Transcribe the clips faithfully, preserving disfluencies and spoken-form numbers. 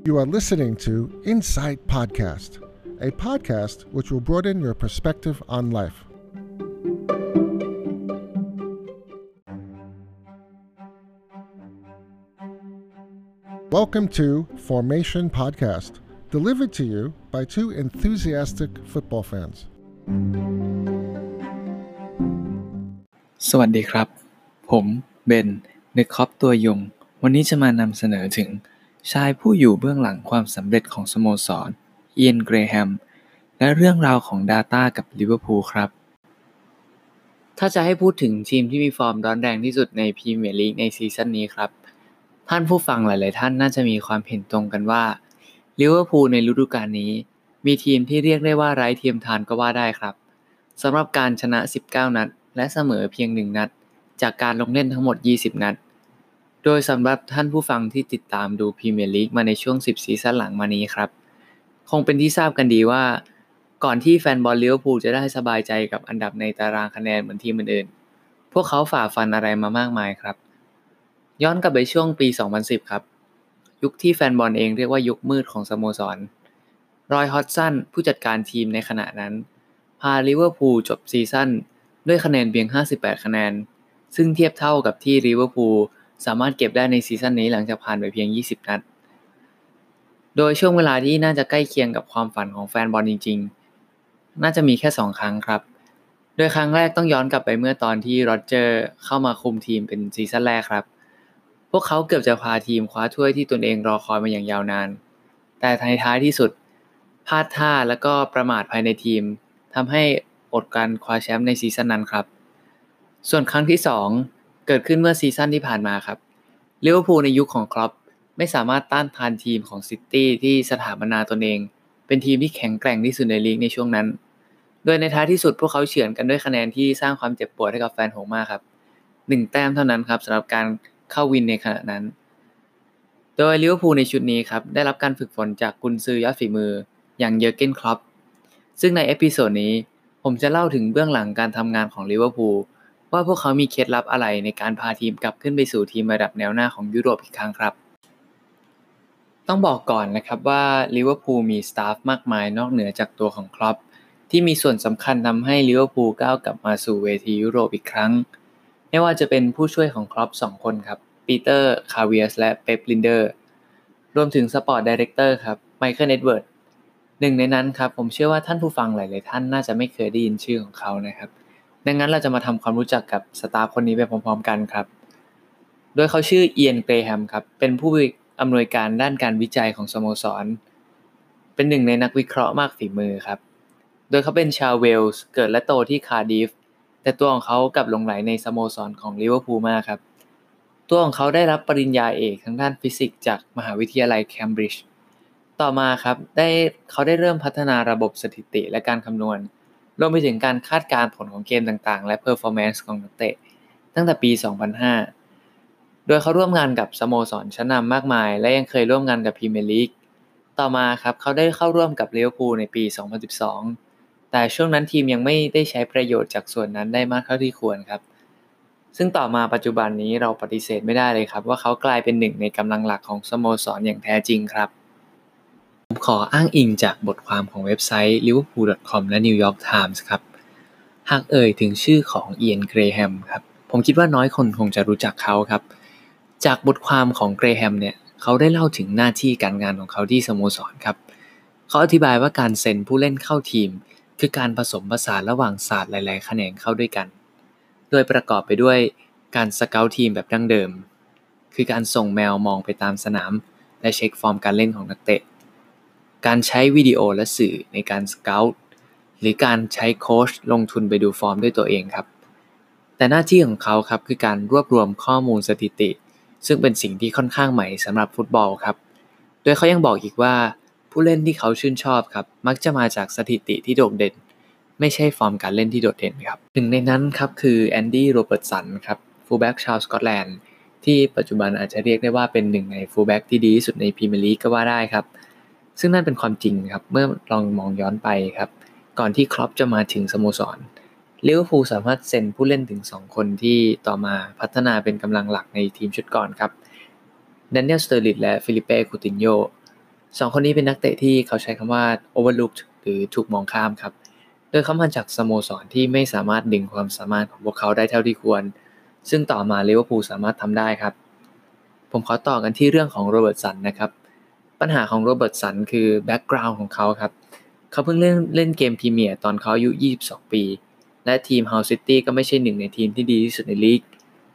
You are listening to Insight Podcast, a podcast which will broaden your perspective on life. Welcome to Formation Podcast, delivered to you by two enthusiastic football fans. สวัสดีครับผมเบนเดอะคอปตัวยงวันนี้จะมานำเสนอถึงชายผู้อยู่เบื้องหลังความสำเร็จของสโมสรเอียนเกรแฮมและเรื่องราวของ Data กับลิเวอร์พูลครับถ้าจะให้พูดถึงทีมที่มีฟอร์มร้อนแรงที่สุดในพรีเมียร์ลีกในซีซั่นนี้ครับท่านผู้ฟังหลายๆท่านน่าจะมีความเห็นตรงกันว่าลิเวอร์พูลในฤดูกาลนี้มีทีมที่เรียกได้ว่าไร้เทียมทานก็ว่าได้ครับสำหรับการชนะสิบเก้านัดและเสมอเพียงหนึ่งนัดจากการลงเล่นทั้งหมดยี่สิบนัดโดยสำหรับท่านผู้ฟังที่ติดตามดูพรีเมียร์ลีกมาในช่วงสิบซีซั่นหลังมานี้ครับคงเป็นที่ทราบกันดีว่าก่อนที่แฟนบอลลิเวอร์พูลจะได้สบายใจกับอันดับในตารางคะแนนเหมือนทีมอื่นๆพวกเขาฝ่าฟันอะไรมามากมายครับย้อนกลับไปช่วงปีสองพันสิบครับยุคที่แฟนบอลเองเรียกว่ายุคมืดของสโมสรรอยฮอดสันผู้จัดการทีมในขณะนั้นพาลิเวอร์พูลจบซีซั่นด้วยคะแนนเพียงห้าสิบแปดคะแนนซึ่งเทียบเท่ากับที่ลิเวอร์พูลสามารถเก็บได้ในซีซั่นนี้หลังจากผ่านไปเพียงยี่สิบนัดโดยช่วงเวลาที่น่าจะใกล้เคียงกับความฝันของแฟนบอลจริงๆน่าจะมีแค่สองครั้งครับโดยครั้งแรกต้องย้อนกลับไปเมื่อตอนที่โรเจอร์เข้ามาคุมทีมเป็นซีซั่นแรกครับพวกเขาเกือบจะพาทีมคว้าถ้วยที่ตนเองรอคอยมาอย่างยาวนานแต่ในท้ายที่สุดพลาดท่าและก็ประมาทภายในทีมทำให้อดการคว้าแชมป์ในซีซั่นนั้นครับส่วนครั้งที่สองเกิดขึ้นเมื่อซีซั่นที่ผ่านมาครับลิเวอร์พูลในยุคของคล็อปไม่สามารถต้านทานทีมของซิตี้ที่สถาปนาตนเองเป็นทีมที่แข็งแกร่งที่สุดในลีกในช่วงนั้นโดยในท้ายที่สุดพวกเขาเฉือนกันด้วยคะแนนที่สร้างความเจ็บปวดให้กับแฟนหงส์มากครับหนึ่งแต้มเท่านั้นครับสำหรับการเข้าวินในขณะนั้นโดยลิเวอร์พูลในชุดนี้ครับได้รับการฝึกฝนจากกุนซือยอดฝีมืออย่างเยอร์เก้นคล็อปซึ่งในเอพิโซดนี้ผมจะเล่าถึงเบื้องหลังการทำงานของลิเวอร์พูลว่าพวกเขามีเคล็ดลับอะไรในการพาทีมกลับขึ้นไปสู่ทีมระดับแนวหน้าของยุโรปอีกครั้งครับต้องบอกก่อนนะครับว่าลิเวอร์พูลมีสตาฟมากมายนอกเหนือจากตัวของคล็อปที่มีส่วนสำคัญทำให้ลิเวอร์พูลก้าวกลับมาสู่เวทียุโรปอีกครั้งไม่ว่าจะเป็นผู้ช่วยของคล็อปสองคนครับปีเตอร์คาเวียสและเป๊ปลินเดอร์รวมถึงสปอร์ตไดเรคเตอร์ครับไมเคิลเอ็ดเวิร์ดหนึ่งในนั้นครับผมเชื่อว่าท่านผู้ฟังหลายๆท่านน่าจะไม่เคยได้ยินชื่อของเขานะครับดังนั้นเราจะมาทำความรู้จักกับสตาฟคนนี้ไปพร้อมๆกันครับโดยเขาชื่อเอียนเกรแฮมครับเป็นผู้อำนวยการด้านการวิจัยของสโมสรเป็นหนึ่งในนักวิเคราะห์มากฝีมือครับโดยเขาเป็นชาวเวลส์เกิดและโตที่คาร์ดิฟแต่ตัวของเขากลับหลงใหลในสโมสรของลิเวอร์พูลมากครับตัวของเขาได้รับปริญญาเอกทางด้านฟิสิกส์จากมหาวิทยาลัยเคมบริดจ์ต่อมาครับได้เขาได้เริ่มพัฒนาระบบสถิติและการคำนวณรวมไปถึงการคาดการณ์ผลของเกมต่างๆและเพอร์ฟอร์แมนซ์ของนักเตะตั้งแต่ปีสองพันห้าโดยเขาร่วมงานกับสโมสรชั้นนำมากมายและยังเคยร่วมงานกับพรีเมียร์ลีกต่อมาครับเขาได้เข้าร่วมกับลิเวอร์พูลในปีสองพันสิบสองแต่ช่วงนั้นทีมยังไม่ได้ใช้ประโยชน์จากส่วนนั้นได้มากเท่าที่ควรครับซึ่งต่อมาปัจจุบันนี้เราปฏิเสธไม่ได้เลยครับว่าเขากลายเป็นหนึ่งในกำลังหลักของสโมสรอย่างแท้จริงครับผมขออ้างอิงจากบทความของเว็บไซต์ ลิเวอร์พูล ดอท คอม และ นิวยอร์ก ไทมส์ ครับหากเอ่ยถึงชื่อของเอียนเกรแฮมครับผมคิดว่าน้อยคนคงจะรู้จักเขาครับจากบทความของเกรแฮมเนี่ยเขาได้เล่าถึงหน้าที่การงานของเขาที่สโมสรครับเขาอธิบายว่าการเซ็นผู้เล่นเข้าทีมคือการผสมผสานระหว่างศาสตร์หลายๆแขนงเข้าด้วยกันโดยประกอบไปด้วยการสเกาต์ทีมแบบดั้งเดิมคือการส่งแมวมองไปตามสนามและเช็คฟอร์มการเล่นของนักเตะการใช้วิดีโอและสื่อในการสเกาต์หรือการใช้โค้ชลงทุนไปดูฟอร์มด้วยตัวเองครับแต่หน้าที่ของเขาครับคือการรวบรวมข้อมูลสถิติซึ่งเป็นสิ่งที่ค่อนข้างใหม่สำหรับฟุตบอลครับโดยเขายังบอกอีกว่าผู้เล่นที่เขาชื่นชอบครับมักจะมาจากสถิติที่โดดเด่นไม่ใช่ฟอร์มการเล่นที่โดดเด่นครับหนึ่งในนั้นครับคือแอนดี้โรเบิร์ตสันครับฟูลแบ็กชาวสกอตแลนด์ที่ปัจจุบันอาจจะเรียกได้ว่าเป็นหนึ่งในฟูลแบ็กที่ดีที่สุดในพรีเมียร์ลีกก็ว่าได้ครับซึ่งนั่นเป็นความจริงครับเมื่อลองมองย้อนไปครับก่อนที่คล็อปจะมาถึงสโมสรลิเวอร์พูลสามารถเซ็นผู้เล่นถึงสองคนที่ต่อมาพัฒนาเป็นกำลังหลักในทีมชุดก่อนครับแดเนียล สเตอร์ลิจและฟิลิเป้ คูตินโญสองคนนี้เป็นนักเตะที่เขาใช้คำว่า overlooked หรือถูกมองข้ามครับโดยเขามาจากสโมสรที่ไม่สามารถดึงความสามารถของพวกเขาได้เท่าที่ควรซึ่งต่อมาลิเวอร์พูลสามารถทำได้ครับผมขอต่อกันที่เรื่องของโรเบิร์ตสันนะครับปัญหาของโรเบิร์ตสันคือแบ็กกราวน์ของเขาครับเขาเพิ่งเล่นเล่นเกมพรีเมียร์ตอนเขาอายุยี่สิบสองปีและทีม Hull City ก็ไม่ใช่หนึ่งในทีมที่ดีที่สุดในลีก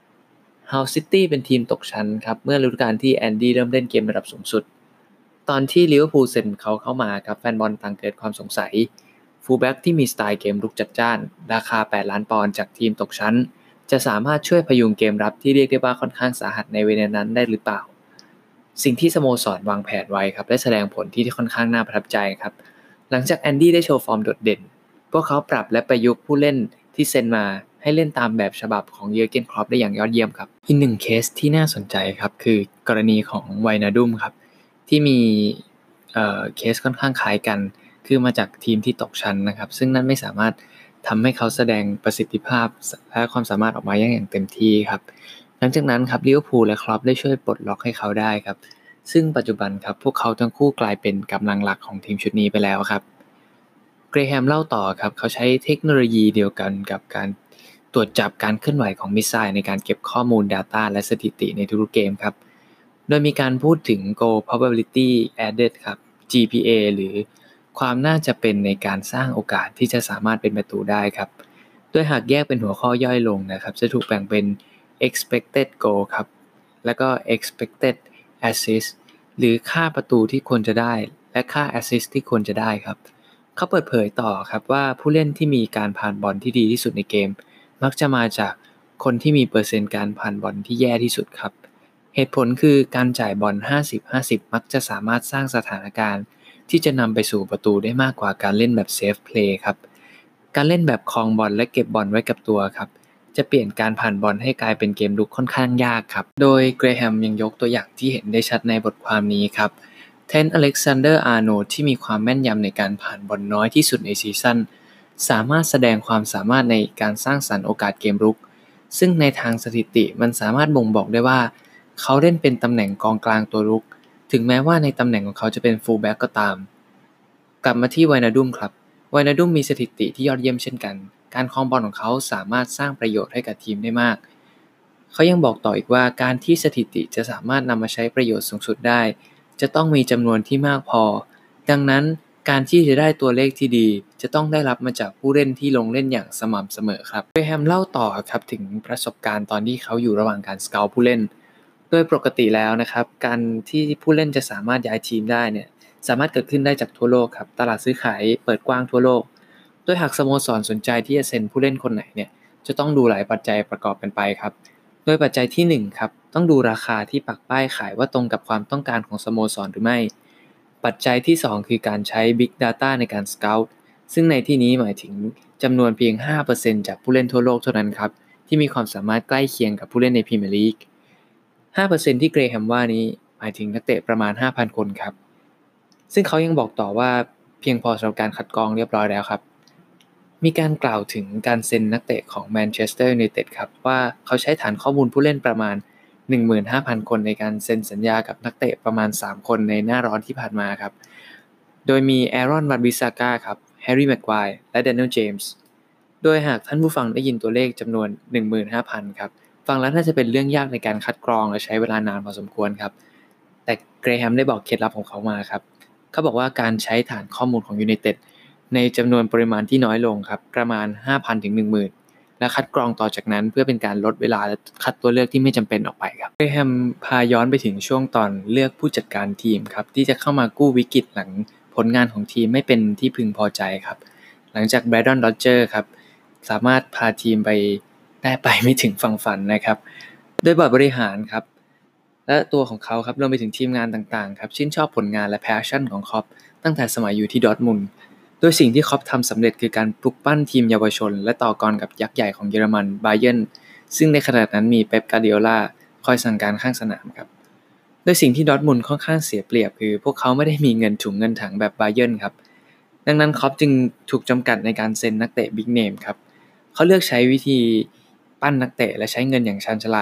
Hull City เป็นทีมตกชั้นครับเมื่อฤดูกาลที่แอนดี้เริ่มเล่นเกมระดับสูงสุดตอนที่ลิเวอร์พูลเซ็นเขาเข้ามาครับแฟนบอลต่างเกิดความสงสัยฟูลแบ็กที่มีสไตล์เกมรุกจัดจ้านราคาแปดล้านปอนด์จากทีมตกชั้นจะสามารถช่วยพยุงเกมรับที่เรียกได้ว่าค่อนข้างสาหัสในเวลานั้นได้หรือเปล่าสิ่งที่สโมสรวางแผนไว้ครับได้แสดงผลที่ค่อนข้างน่าประทับใจครับหลังจากแอนดี้ได้โชว์ฟอร์มโดดเด่นพวกเขาปรับและประยุกต์ผู้เล่นที่เซ็นมาให้เล่นตามแบบฉบับของเยอร์เกน คล็อปได้อย่างยอดเยี่ยมครับอีกหนึ่งเคสที่น่าสนใจครับคือกรณีของไวนาดุมครับที่มีเอ่อเคสค่อนข้างคล้ายกันคือมาจากทีมที่ตกชั้นนะครับซึ่งนั่นไม่สามารถทำให้เขาแสดงประสิทธิภาพและความสามารถออกมาอย่างเต็มที่ครับหลังจากนั้นครับลิเวอร์พูลและคล็อปได้ช่วยปลดล็อกให้เขาได้ครับซึ่งปัจจุบันครับพวกเขาทั้งคู่กลายเป็นกำลังหลักของทีมชุดนี้ไปแล้วครับเกรแฮมเล่าต่อครับเขาใช้เทคโนโลยีเดียวกันกับการตรวจจับการเคลื่อนไหวของมิสไซล์ในการเก็บข้อมูล data และสถิติในทุกๆเกมครับโดยมีการพูดถึง goal probability added ครับ จี พี เอ หรือความน่าจะเป็นในการสร้างโอกาสที่จะสามารถเป็นประตูได้ครับโดยหากแยกเป็นหัวข้อย่อยลงนะครับจะถูกแบ่งเป็น expected goal ครับแล้วก็ expected assist หรือค่าประตูที่ควรจะได้และค่า assist ที่ควรจะได้ครับเขาเปิดเผยต่อครับว่าผู้เล่นที่มีการผ่านบอลที่ดีที่สุดในเกมมักจะมาจากคนที่มีเปอร์เซ็นต์การผ่านบอลที่แย่ที่สุดครับเหตุผลคือการจ่ายบอล ห้าสิบ ห้าสิบ มักจะสามารถสร้างสถานการณ์ที่จะนำไปสู่ประตูได้มากกว่าการเล่นแบบเซฟเพลย์ครับการเล่นแบบครองบอลและเก็บบอลไว้กับตัวครับจะเปลี่ยนการผ่านบอลให้กลายเป็นเกมรุกค่อนข้างยากครับโดยเกรแฮมยังยกตัวอย่างที่เห็นได้ชัดในบทความนี้ครับเทรนต์ อเล็กซานเดอร์ อาร์โนลด์ที่มีความแม่นยำในการผ่านบอลน้อยที่สุดในซีซั่นสามารถแสดงความสามารถในการสร้างสรรค์โอกาสเกมรุกซึ่งในทางสถิติมันสามารถบ่งบอกได้ว่าเขาเล่นเป็นตำแหน่งกองกลางตัวรุกถึงแม้ว่าในตำแหน่งของเขาจะเป็นฟูลแบ็กก็ตามกลับมาที่ไวนาดุมครับไวนาดุมมีสถิติที่ยอดเยี่ยมเช่นกันการครองบอลของเขาสามารถสร้างประโยชน์ให้กับทีมได้มากเขายังบอกต่ออีกว่าการที่สถิติจะสามารถนำมาใช้ประโยชน์สูงสุดได้จะต้องมีจำนวนที่มากพอดังนั้นการที่จะได้ตัวเลขที่ดีจะต้องได้รับมาจากผู้เล่นที่ลงเล่นอย่างสม่ำเสมอครับเกรแฮมเล่าต่อครับถึงประสบการณ์ตอนที่เขาอยู่ระหว่างการสเกาต์ผู้เล่นโดยปกติแล้วนะครับการที่ผู้เล่นจะสามารถย้ายทีมได้เนี่ยสามารถเกิดขึ้นได้จากทั่วโลกครับตลาดซื้อขายเปิดกว้างทั่วโลกโดยหากสโมสรสนใจที่จะเซ็นผู้เล่นคนไหนเนี่ยจะต้องดูหลายปัจจัยประกอบกันไปครับโดยปัจจัยที่หนึ่งครับต้องดูราคาที่ปักป้ายขายว่าตรงกับความต้องการของสโมสรหรือไม่ปัจจัยที่สองคือการใช้ Big Data ในการสเกาต์ซึ่งในที่นี้หมายถึงจำนวนเพียง ห้าเปอร์เซ็นต์ จากผู้เล่นทั่วโลกเท่านั้นครับที่มีความสามารถใกล้เคียงกับผู้เล่นในพรีเมียร์ลีก ห้าเปอร์เซ็นต์ ที่เกรแฮมว่านี้หมายถึงนักเตะประมาณ ห้าพัน คนครับซึ่งเขายังบอกต่อว่าเพียงพอสำหรับการคัดกรองเรียบร้อยแล้วครับมีการกล่าวถึงการเซ็นนักเตะของแมนเชสเตอร์ยูไนเต็ดครับว่าเขาใช้ฐานข้อมูลผู้เล่นประมาณ หนึ่งหมื่นห้าพัน คนในการเซ็นสัญญากับนักเตะประมาณสามคนในหน้าร้อนที่ผ่านมาครับโดยมีแอรอน วัตบิซาก้าครับแฮร์รี่ แม็กไกวร์และแดเนียล เจมส์โดยหากท่านผู้ฟังได้ยินตัวเลขจำนวน หนึ่งหมื่นห้าพัน ครับฟังแล้วน่าจะเป็นเรื่องยากในการคัดกรองและใช้เวลานานพอสมควรครับแต่เกรแฮมได้บอกเคล็ดลับของเขามาครับเขาบอกว่าการใช้ฐานข้อมูลของยูไนเต็ดในจำนวนปริมาณที่น้อยลงครับประมาณ ห้าพัน ถึง หนึ่งหมื่น และคัดกรองต่อจากนั้นเพื่อเป็นการลดเวลาและคัดตัวเลือกที่ไม่จำเป็นออกไปครับเกรแฮมพาย้อนไปถึงช่วงตอนเลือกผู้จัดการทีมครับที่จะเข้ามากู้วิกฤตหลังผลงานของทีมไม่เป็นที่พึงพอใจครับหลังจากแบรนดอน โรเจอร์ครับสามารถพาทีมไปได้ไปไม่ถึงฝั่งฝันนะครับโดยบอร์ดบริหารครับและตัวของเขาครับรวมไปถึงทีมงานต่างๆครับชื่นชอบผลงานและแพชชั่นของคล็อปตั้งแต่สมัยอยู่ที่ดอร์ทมุนด์โดยสิ่งที่คล็อปทำสำเร็จคือการปลุกปั้นทีมเยาวชนและต่อกรกับยักษ์ใหญ่ของเยอรมันบาเยิร์นซึ่งในขณะนั้นมีเป๊ป การ์ดิโอลาคอยสั่งการข้างสนามครับโดยสิ่งที่ดอร์ทมุนด์ค่อนข้างเสียเปรียบคือพวกเขาไม่ได้มีเงินถุงเงินถังแบบบาเยิร์นครับดังนั้นคล็อปจึงถูกจำกัดในการเซ็นนักเตะบิ๊กเนมครับเขาเลือกใช้วิธีปั้นนักเตะและใช้เงินอย่างชาญฉลาด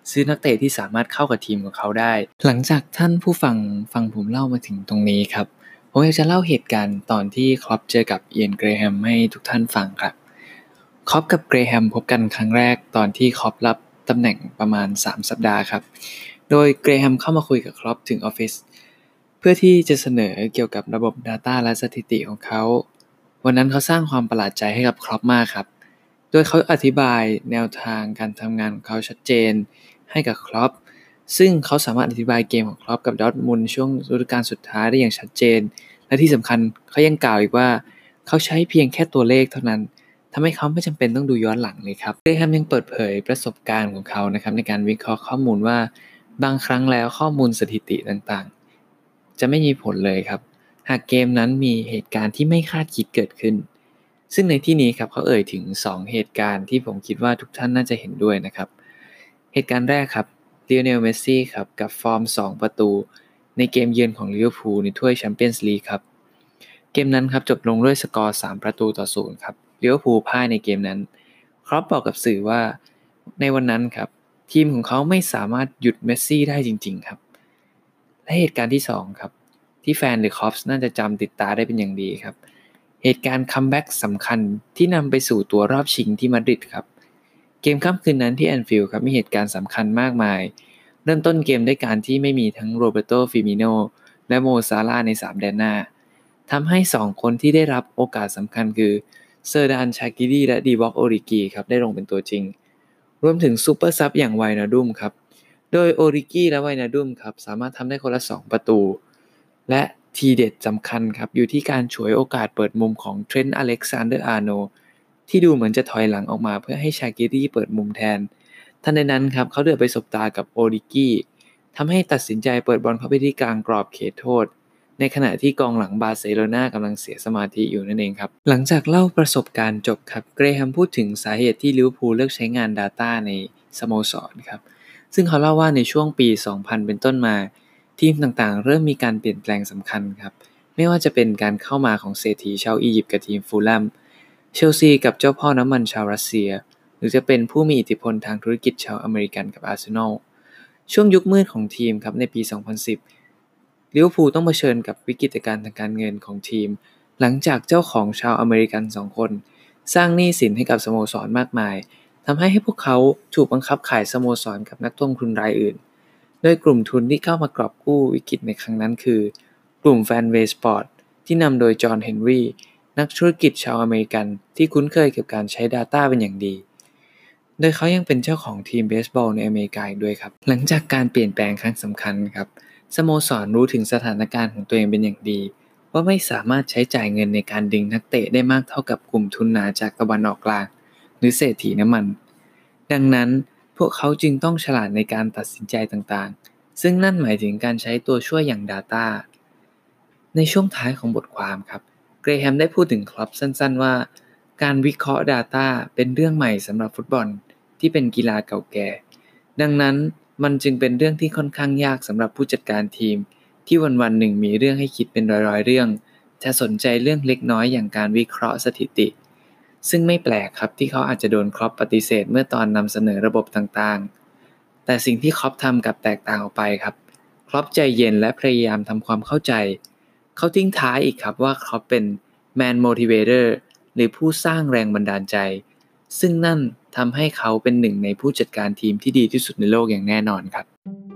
ซื้อนักเตะที่สามารถเข้ากับทีมของเขาได้หลังจากท่านผู้ฟังฟังผมเล่ามาถึงตรงนี้ครับผมอยากจะเล่าเหตุการณ์ตอนที่คล็อปเจอกับเอียนเกรแฮมให้ทุกท่านฟังครับคล็อปกับเกรแฮมพบกันครั้งแรกตอนที่คล็อปรับตำแหน่งประมาณสามสัปดาห์ครับโดยเกรแฮมเข้ามาคุยกับคล็อปถึงออฟฟิศเพื่อที่จะเสนอเกี่ยวกับระบบ Data และสถิติของเขาวันนั้นเขาสร้างความประหลาดใจให้กับคล็อปมากครับโดยเขาอธิบายแนวทางการทำงานของเขาชัดเจนให้กับคล็อปซึ่งเขาสามารถอธิบายเกมของคล็อปกับดอร์ทมุนด์ช่วงฤดูกาลสุดท้ายได้อย่างชัดเจนและที่สำคัญเขายังกล่าวอีกว่าเขาใช้เพียงแค่ตัวเลขเท่านั้นทำให้เขาไม่จำเป็นต้องดูย้อนหลังเลยครับเกรแฮมยังเปิดเผยประสบการณ์ของเขานะครับในการวิเคราะห์ข้อมูลว่าบางครั้งแล้วข้อมูลสถิติต่างๆจะไม่มีผลเลยครับหากเกมนั้นมีเหตุการณ์ที่ไม่คาดคิดเกิดขึ้นซึ่งในที่นี้ครับเขาเอ่ยถึงสองเหตุการณ์ที่ผมคิดว่าทุกท่านน่าจะเห็นด้วยนะครับเหตุการณ์แรกครับลีโอเนล เมสซี่ครับกับฟอร์มสองประตูในเกมเยือนของลิเวอร์พูลในถ้วยแชมเปี้ยนส์ลีกครับเกมนั้นครับจบลงด้วยสกอร์สามประตูต่อศูนย์ครับลิเวอร์พูลพ่ายในเกมนั้นครอปบอกกับสื่อว่าในวันนั้นครับทีมของเขาไม่สามารถหยุดเมสซี่ได้จริงๆครับและเหตุการณ์ที่สองครับที่แฟนเดอะคอปส์น่าจะจำติดตาได้เป็นอย่างดีครับเหตุการณ์คัมแบ็กสำคัญที่นำไปสู่ตัวรอบชิงที่มาดริดครับเกมค่ำคืนนั้นที่แอนฟิลด์ครับมีเหตุการณ์สำคัญมากมายเริ่มต้นเกมด้วยการที่ไม่มีทั้งโรเบโต ฟิมิโนและโมซาลาห์ในสามแดนหน้าทำให้สองคนที่ได้รับโอกาสสำคัญคือเซอร์ดาน ชากิรีและดีวอก โอริกีครับได้ลงเป็นตัวจริงรวมถึงซูเปอร์ซับอย่างไวนาดุมครับโดยโอริกีและไวนาดุมครับสามารถทำได้คนละสองประตูและทีเด็ดสำคัญครับอยู่ที่การฉวยโอกาสเปิดมุมของเทรนต์ อเล็กซานเดอร์ อาร์โนลด์ที่ดูเหมือนจะถอยหลังออกมาเพื่อให้ชากิรีเปิดมุมแทนทันใดนั้นครับเขาเดือบไปสบตากับโอริกีทำให้ตัดสินใจเปิดบอลเข้าไปที่กลางกรอบเขตโทษในขณะที่กองหลังบาร์เซโลนากำลังเสียสมาธิอยู่นั่นเองครับหลังจากเล่าประสบการณ์จบครับเกรแฮมพูดถึงสาเหตุที่ลิเวอร์พูลเลือกใช้งาน Data ในสโมสรครับซึ่งเขาเล่าว่าในช่วงปี สองพัน เป็นต้นมาทีมต่างๆเริ่มมีการเปลี่ยนแปลงสำคัญครับไม่ว่าจะเป็นการเข้ามาของเศรษฐีชาวอียิปต์กับทีมฟูลแลมเชลซีกับเจ้าพ่อน้ำมันชาวรัสเซียหรือจะเป็นผู้มีอิทธิพลทางธุรกิจชาวอเมริกันกับอาร์เซนอลช่วงยุคมืดของทีมครับในปี สองพันสิบลิเวอร์พูลต้องเผชิญกับวิกฤตการณ์ทางการเงินของทีมหลังจากเจ้าของชาวอเมริกันสองคนสร้างหนี้สินให้กับสโมสรมากมายทำให้พวกเขาถูกบังคับขายสโมสรกับนักลงทุนรายอื่นโดยกลุ่มทุนที่เข้ามากอบกู้วิกฤตในครั้งนั้นคือกลุ่มแฟนเวย์สปอร์ตที่นำโดยจอห์น เฮนรี่นักธุรกิจชาวอเมริกันที่คุ้นเคยกับการใช้ Data เป็นอย่างดีโดยเขายังเป็นเจ้าของทีมเบสบอลในอเมริกาอีกด้วยครับหลังจากการเปลี่ยนแปลงครั้งสำคัญครับสโมสรรู้ถึงสถานการณ์ของตัวเองเป็นอย่างดีว่าไม่สามารถใช้จ่ายเงินในการดึงนักเตะได้มากเท่ากับกลุ่มทุนหนาจากตะวันออกกลางหรือเศรษฐีน้ำมันดังนั้นพวกเขาจึงต้องฉลาดในการตัดสินใจต่างๆซึ่งนั่นหมายถึงการใช้ตัวช่วยอย่าง Data ในช่วงท้ายของบทความครับเกรแฮมได้พูดถึงคล็อปสั้นๆว่าการวิเคราะห์ Data เป็นเรื่องใหม่สำหรับฟุตบอลที่เป็นกีฬาเก่าแก่ดังนั้นมันจึงเป็นเรื่องที่ค่อนข้างยากสำหรับผู้จัดการทีมที่วันๆหนึ่งมีเรื่องให้คิดเป็นร้อยๆเรื่องจะสนใจเรื่องเล็กน้อยอย่างการวิเคราะห์สถิติซึ่งไม่แปลกครับที่เขาอาจจะโดนคล็อปปฏิเสธเมื่อตอนนำเสนอระบบต่างๆแต่สิ่งที่คล็อปทำกับแตกต่างออกไปครับคล็อปใจเย็นและพยายามทำความเข้าใจเขาทิ้งท้ายอีกครับว่าคล็อปเป็น Man Motivator หรือผู้สร้างแรงบันดาลใจซึ่งนั่นทำให้เขาเป็นหนึ่งในผู้จัดการทีมที่ดีที่สุดในโลกอย่างแน่นอนครับ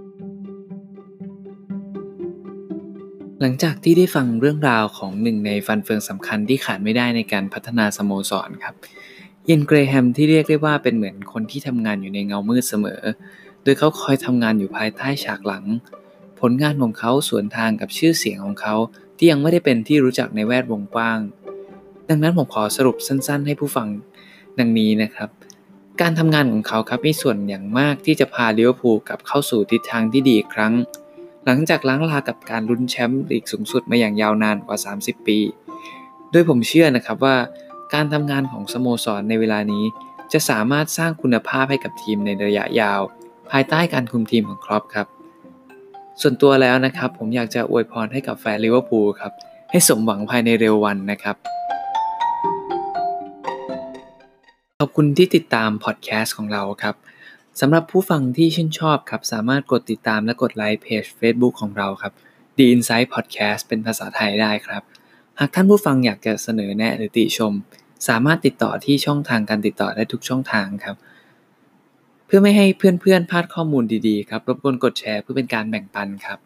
หลังจากที่ได้ฟังเรื่องราวของหนึ่งในฟันเฟืองสำคัญที่ขาดไม่ได้ในการพัฒนาสโมสรครับเอียน เกรแฮมที่เรียกได้ว่าเป็นเหมือนคนที่ทำงานอยู่ในเงามืดเสมอโดยเขาคอยทำงานอยู่ภายใต้ฉากหลังผลงานของเขาสวนทางกับชื่อเสียงของเขาที่ยังไม่ได้เป็นที่รู้จักในแวดวงกว้างดังนั้นผมขอสรุปสั้นๆให้ผู้ฟังดังนี้นะครับการทำงานของเขาครับมีส่วนอย่างมากที่จะพาลิเวอร์พูลกลับเข้าสู่ทิศทางที่ดีอีกครั้งหลังจากล้างลากับการลุ้นแชมป์ลีกสูงสุดมาอย่างยาวนานกว่าสามสิบปีโดยผมเชื่อนะครับว่าการทำงานของสโมสรในเวลานี้จะสามารถสร้างคุณภาพให้กับทีมในระยะยาวภายใต้การคุมทีมของคล็อปครับส่วนตัวแล้วนะครับผมอยากจะอวยพรให้กับแฟนลิเวอร์พูลครับให้สมหวังภายในเร็ววันนะครับขอบคุณที่ติดตามพอดแคสต์ของเราครับสำหรับผู้ฟังที่ชื่นชอบครับสามารถกดติดตามและกดไลค์เพจ Facebook ของเราครับ The Insight Podcast เป็นภาษาไทยได้ครับหากท่านผู้ฟังอยากจะเสนอแนะหรือติชมสามารถติดต่อที่ช่องทางการติดต่อได้ทุกช่องทางครับเพื่อไม่ให้เพื่อนๆพลาดข้อมูลดีๆครับรบกวนกดแชร์เพื่อเป็นการแบ่งปันครับ